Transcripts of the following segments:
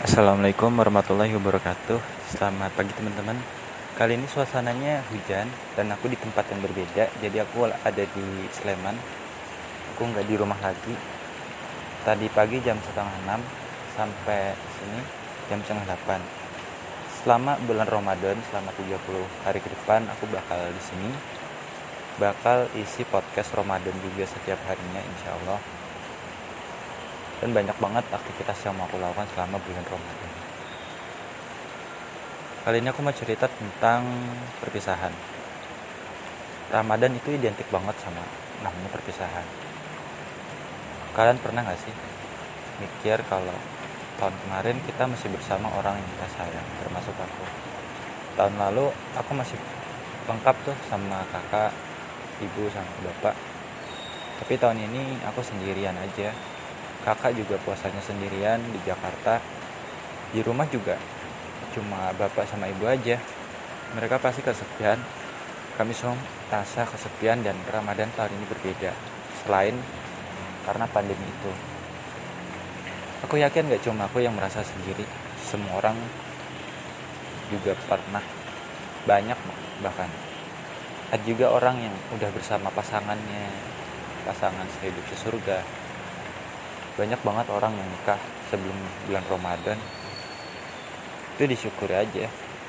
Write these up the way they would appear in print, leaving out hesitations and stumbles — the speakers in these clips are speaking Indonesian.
Assalamualaikum warahmatullahi wabarakatuh. Selamat pagi teman-teman. Kali ini suasananya hujan dan aku di tempat yang berbeda. Jadi aku ada di Sleman. Aku nggak di rumah lagi. Tadi pagi jam 5:30 sampai sini jam 7:30. Selama bulan Ramadan, selama 30 hari ke depan aku bakal di sini. Bakal isi podcast Ramadan juga setiap harinya insya Allah. Dan banyak banget aktivitas yang mau aku lakukan selama bulan Ramadan. Kali ini aku mau cerita tentang perpisahan. Ramadan itu identik banget sama namanya perpisahan. Kalian pernah gak sih mikir kalau tahun kemarin kita masih bersama orang yang kita sayang, termasuk aku. Tahun lalu aku masih lengkap tuh sama kakak, ibu, sama bapak. Tapi tahun ini aku sendirian aja. Kakak juga puasanya sendirian di Jakarta. Di rumah juga cuma bapak sama ibu aja. Mereka pasti kesepian. Kami semua rasa kesepian dan Ramadan tahun ini berbeda. Selain karena pandemi itu. Aku yakin gak cuma aku yang merasa sendiri. Semua orang juga pernah. Banyak bahkan. Ada juga orang yang udah bersama pasangannya. Pasangan sehidup sesurga. Banyak banget orang yang nikah sebelum bulan Ramadan. Itu disyukuri aja.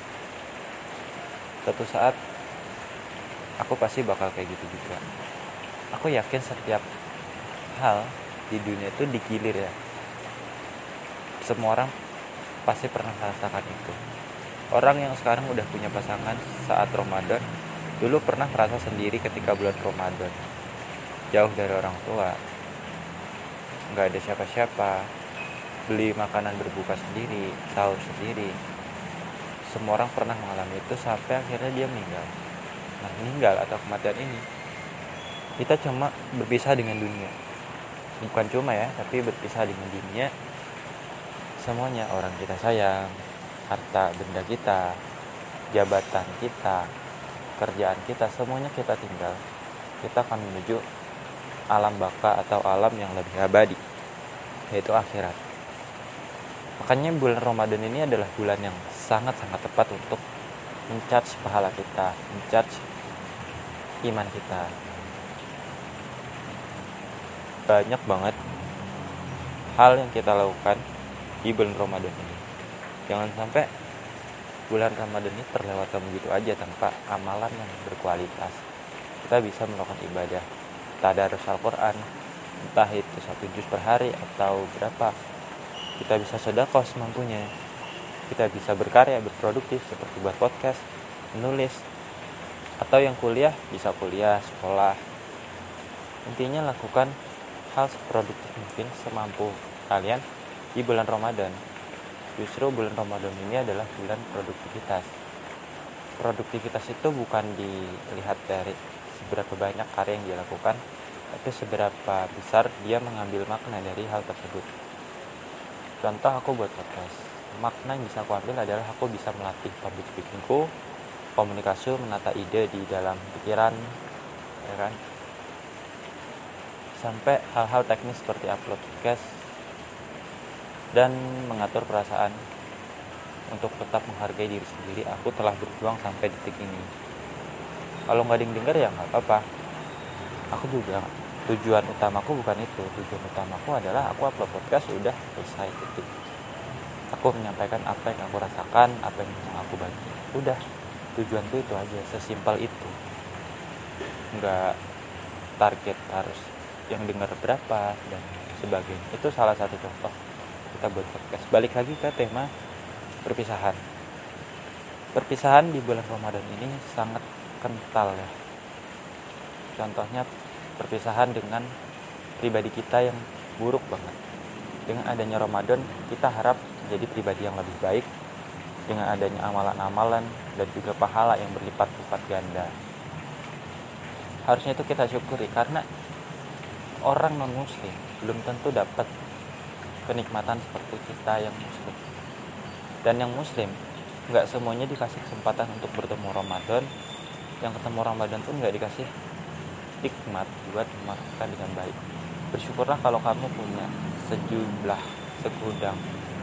Suatu saat aku pasti bakal kayak gitu juga. Aku yakin setiap hal di dunia itu digilir ya. Semua orang pasti pernah merasakan itu. Orang yang sekarang udah punya pasangan saat Ramadan, dulu pernah merasa sendiri ketika bulan Ramadan. Jauh dari orang tua, gak ada siapa-siapa, beli makanan berbuka sendiri, sahur sendiri. Semua orang pernah mengalami itu sampai akhirnya dia meninggal. Nah, meninggal atau kematian ini, kita cuma berpisah dengan dunia. Bukan cuma ya, tapi berpisah dengan dunia. Semuanya, orang kita sayang, harta benda kita, jabatan kita, kerjaan kita, semuanya kita tinggal. Kita akan menuju alam baka atau alam yang lebih abadi, yaitu akhirat. Makanya bulan Ramadan ini adalah bulan yang sangat-sangat tepat untuk mencharge pahala kita, mencharge iman kita. Banyak banget hal yang kita lakukan di bulan Ramadan ini. Jangan sampai bulan Ramadan ini terlewatkan begitu aja tanpa amalan yang berkualitas. Kita bisa melakukan ibadah tadarus Al-Quran, entah itu 1 juz per hari atau berapa. Kita bisa sedekah semampunya. Kita bisa berkarya, berproduktif seperti buat podcast, menulis, atau yang kuliah bisa kuliah, sekolah. Intinya lakukan hal seproduktif mungkin semampu kalian di bulan Ramadan. Justru bulan Ramadan ini adalah bulan produktivitas. Produktivitas itu bukan dilihat dari seberapa banyak karya yang dia lakukan, tapi seberapa besar dia mengambil makna dari hal tersebut. Contoh, aku buat podcast, makna yang bisa aku ambil adalah aku bisa melatih public speakingku, komunikasi, menata ide di dalam pikiran, ya kan? Sampai hal-hal teknis seperti upload podcast dan mengatur perasaan. Untuk tetap menghargai diri sendiri, aku telah berjuang sampai detik ini. Kalau nggak denger ya nggak apa-apa. Aku juga tujuan utamaku bukan itu. Tujuan utamaku adalah aku upload podcast udah selesai titik. Aku menyampaikan apa yang aku rasakan, apa yang aku bagi. Udah, tujuanku itu aja, sesimpel itu. Nggak target harus yang denger berapa dan sebagainya. Itu salah satu contoh kita buat podcast. Balik lagi ke tema perpisahan. Perpisahan di bulan Ramadan ini sangat kental ya. Contohnya perpisahan dengan pribadi kita yang buruk banget. Dengan adanya Ramadan, kita harap jadi pribadi yang lebih baik. Dengan adanya amalan-amalan dan juga pahala yang berlipat-lipat ganda. Harusnya itu kita syukuri karena orang non-muslim belum tentu dapat kenikmatan seperti kita yang muslim. Dan yang muslim gak semuanya dikasih kesempatan untuk bertemu Ramadan. Yang ketemu Ramadan pun gak dikasih hikmat buat melakukan dengan baik. Bersyukurlah kalau kamu punya segudang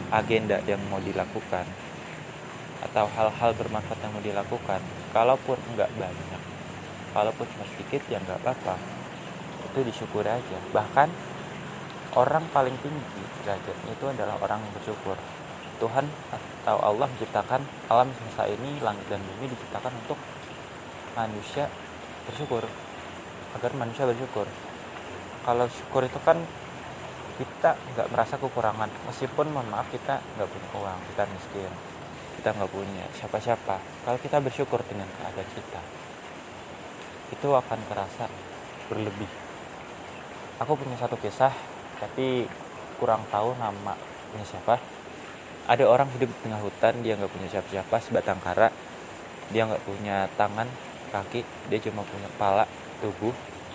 agenda yang mau dilakukan atau hal-hal bermanfaat yang mau dilakukan, kalaupun enggak banyak, kalaupun cuma sedikit, ya enggak apa-apa, itu disyukuri aja. Bahkan orang paling tinggi derajatnya itu adalah orang yang bersyukur. Tuhan atau Allah menciptakan alam semesta ini, langit dan bumi diciptakan untuk manusia bersyukur, agar manusia bersyukur. Kalau syukur itu kan kita nggak merasa kekurangan, meskipun mohon maaf kita nggak punya uang, kita miskin, kita nggak punya siapa-siapa. Kalau kita bersyukur dengan keadaan kita, itu akan terasa berlebih. Aku punya satu kisah, tapi kurang tahu namanya siapa. Ada orang hidup di tengah hutan, dia nggak punya siapa-siapa, sebatang kara, dia nggak punya tangan, kaki, dia cuma punya kepala, tubuh.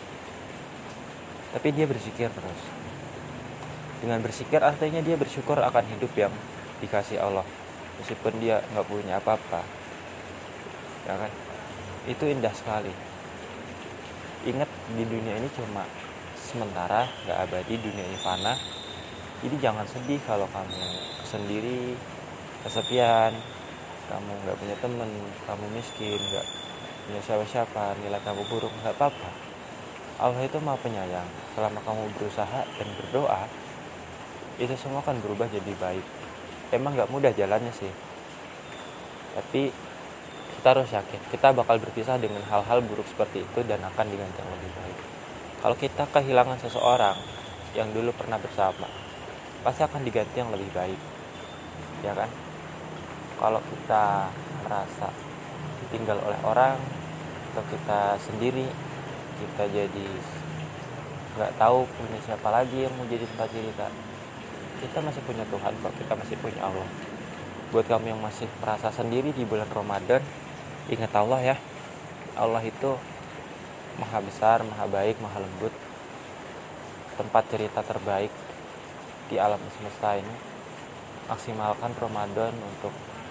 Tapi dia berpikir terus. Dengan berpikir artinya dia bersyukur akan hidup yang dikasih Allah, meskipun dia nggak punya apa-apa, ya kan? Itu indah sekali. Ingat, di dunia ini cuma sementara, nggak abadi, dunia ini fana. Jadi jangan sedih kalau kamu sendiri, kesepian, kamu nggak punya teman, kamu miskin, nggak punya siapa-siapa, nilai kamu buruk, nggak apa-apa. Allah itu Maha Penyayang. Selama kamu berusaha dan berdoa, itu semua akan berubah jadi baik. Emang nggak mudah jalannya sih, tapi kita harus yakin kita bakal berpisah dengan hal-hal buruk seperti itu dan akan diganti yang lebih baik. Kalau kita kehilangan seseorang yang dulu pernah bersama, pasti akan diganti yang lebih baik, ya kan? Kalau kita merasa ditinggal oleh orang, atau kita sendiri, kita jadi nggak tahu punya siapa lagi yang mau jadi tempat cerita, kita masih punya Tuhan kok, kita masih punya Allah. Buat kamu yang masih merasa sendiri di bulan Ramadan, ingat Allah ya. Allah itu maha besar, maha baik, maha lembut, tempat cerita terbaik di alam semesta ini. Maksimalkan Ramadan untuk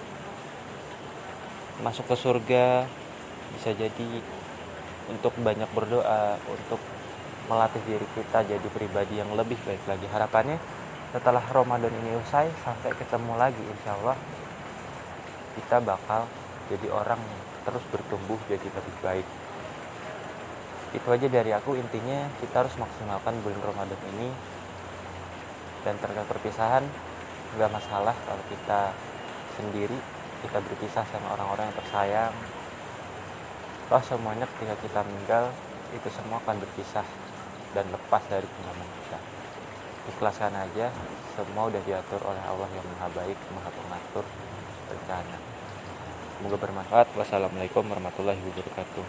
masuk ke surga, bisa jadi untuk banyak berdoa, untuk melatih diri kita jadi pribadi yang lebih baik lagi. Harapannya setelah Ramadan ini usai, sampai ketemu lagi, insya Allah kita bakal jadi orang yang terus bertumbuh jadi lebih baik. Itu aja dari aku. Intinya kita harus maksimalkan bulan Ramadan ini. Dan terkait perpisahan, nggak masalah kalau kita sendiri, kita berpisah sama orang-orang yang tersayang. Toh semuanya ketika kita meninggal, itu semua akan berpisah dan lepas dari genggaman kita. Ikhlaskan aja, semua udah diatur oleh Allah yang maha baik, maha pengatur rencana. Semoga bermanfaat. Wassalamualaikum warahmatullahi wabarakatuh.